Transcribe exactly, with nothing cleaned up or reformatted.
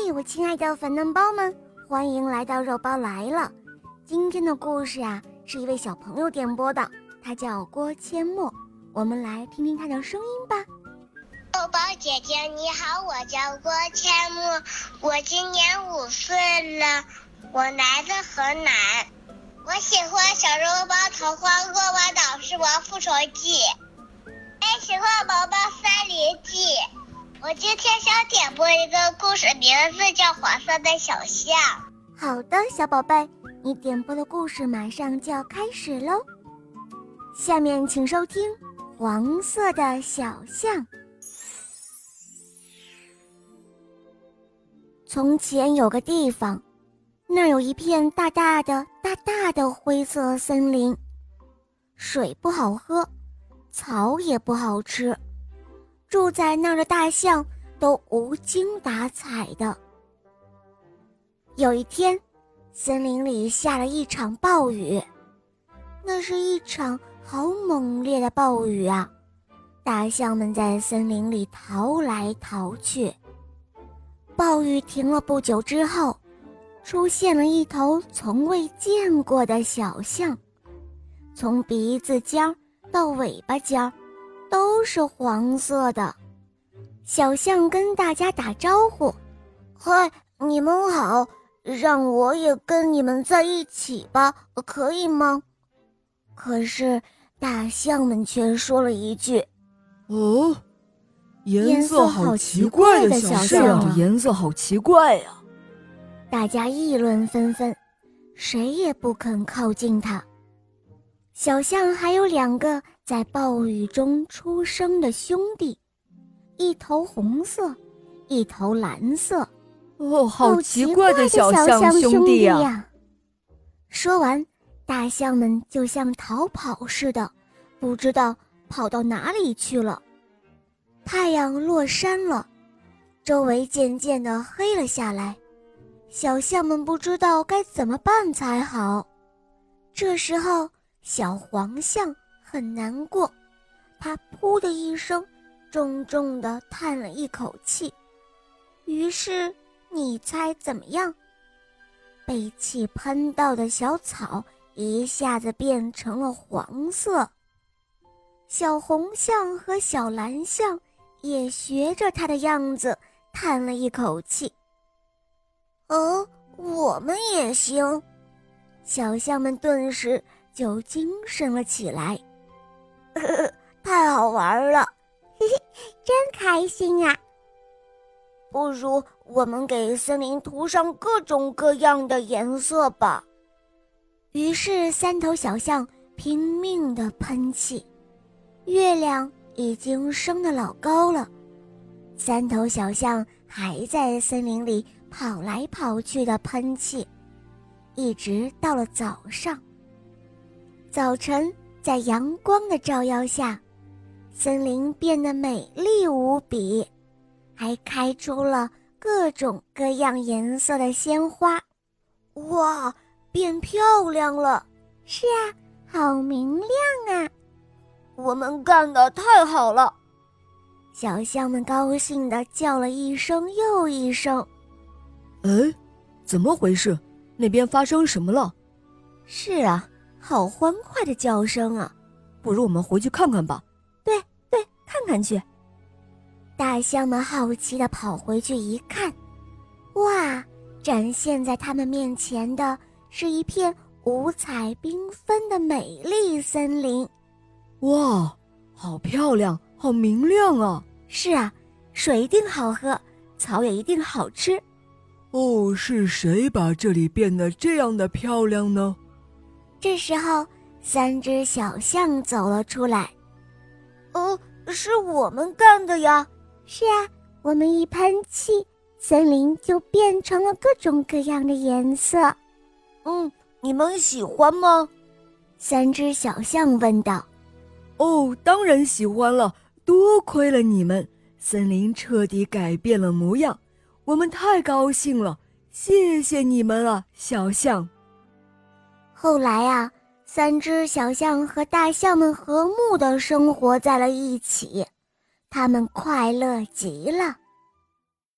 我亲爱的粉嫩包们，欢迎来到肉包来了。今天的故事啊，是一位小朋友点播的，他叫郭阡陌，我们来听听他的声音吧。 肉包姐姐你好，我叫郭阡陌，我今年五岁了，我来自河南。我喜欢小肉包童话《恶魔岛狮王复仇记》，也喜欢《毛毛森林记》。我今天想点播一个故事，名字叫《黄色的小象》。 好的，小宝贝，你点播的故事马上就要开始喽。下面请收听《黄色的小象》。从前有个地方，那儿有一片大大的、大大的灰色森林，水不好喝，草也不好吃。住在那儿的大象都无精打采的。有一天，森林里下了一场暴雨，那是一场好猛烈的暴雨啊！大象们在森林里逃来逃去。暴雨停了不久之后，出现了一头从未见过的小象，从鼻子尖儿到尾巴尖儿都是黄色的。小象跟大家打招呼：“嗨，你们好，让我也跟你们在一起吧，可以吗？”可是大象们却说了一句：“ 哦，颜色好奇怪的小象啊，颜色好奇怪呀！” 大家议论纷纷，谁也不肯靠近它。小象还有两个在暴雨中出生的兄弟，一头红色，一头蓝色。 哦，好奇怪的小象兄弟呀、啊！ 说完，大象们就像逃跑似的，不知道跑到哪里去了。太阳落山了，周围渐渐地黑了下来，小象们不知道该怎么办才好。这时候，小黄象很难过，它噗的一声重重地叹了一口气。于是你猜怎么样？被气喷到的小草一下子变成了黄色。小红象和小蓝象也学着它的样子叹了一口气。哦，我们也行。小象们顿时就精神了起来。呵呵，太好玩了，嘿嘿，真开心啊！不如我们给森林涂上各种各样的颜色吧。于是三头小象拼命地喷气。月亮已经升得老高了，三头小象还在森林里跑来跑去的喷气，一直到了早上。早晨，在阳光的照耀下，森林变得美丽无比，还开出了各种各样颜色的鲜花。哇，变漂亮了！是啊，好明亮啊！我们干得太好了！小象们高兴地叫了一声又一声。 哎，怎么回事？那边发生什么了？ 是啊，好欢快的叫声啊！ 不如我们回去看看吧。 对对，看看去。大象们好奇地跑回去一看，哇，展现在他们面前的是一片五彩缤纷的美丽森林。 哇，好漂亮，好明亮啊！ 是啊，水一定好喝，草也一定好吃。 哦，是谁把这里变得这样的漂亮呢？ 这时候，三只小象走了出来。哦，是我们干的呀！是啊，我们一喷气，森林就变成了各种各样的颜色。嗯，你们喜欢吗？三只小象问道。 哦，当然喜欢了，多亏了你们，森林彻底改变了模样，我们太高兴了，谢谢你们啊，小象。 后来啊，三只小象和大象们和睦地生活在了一起，他们快乐极了。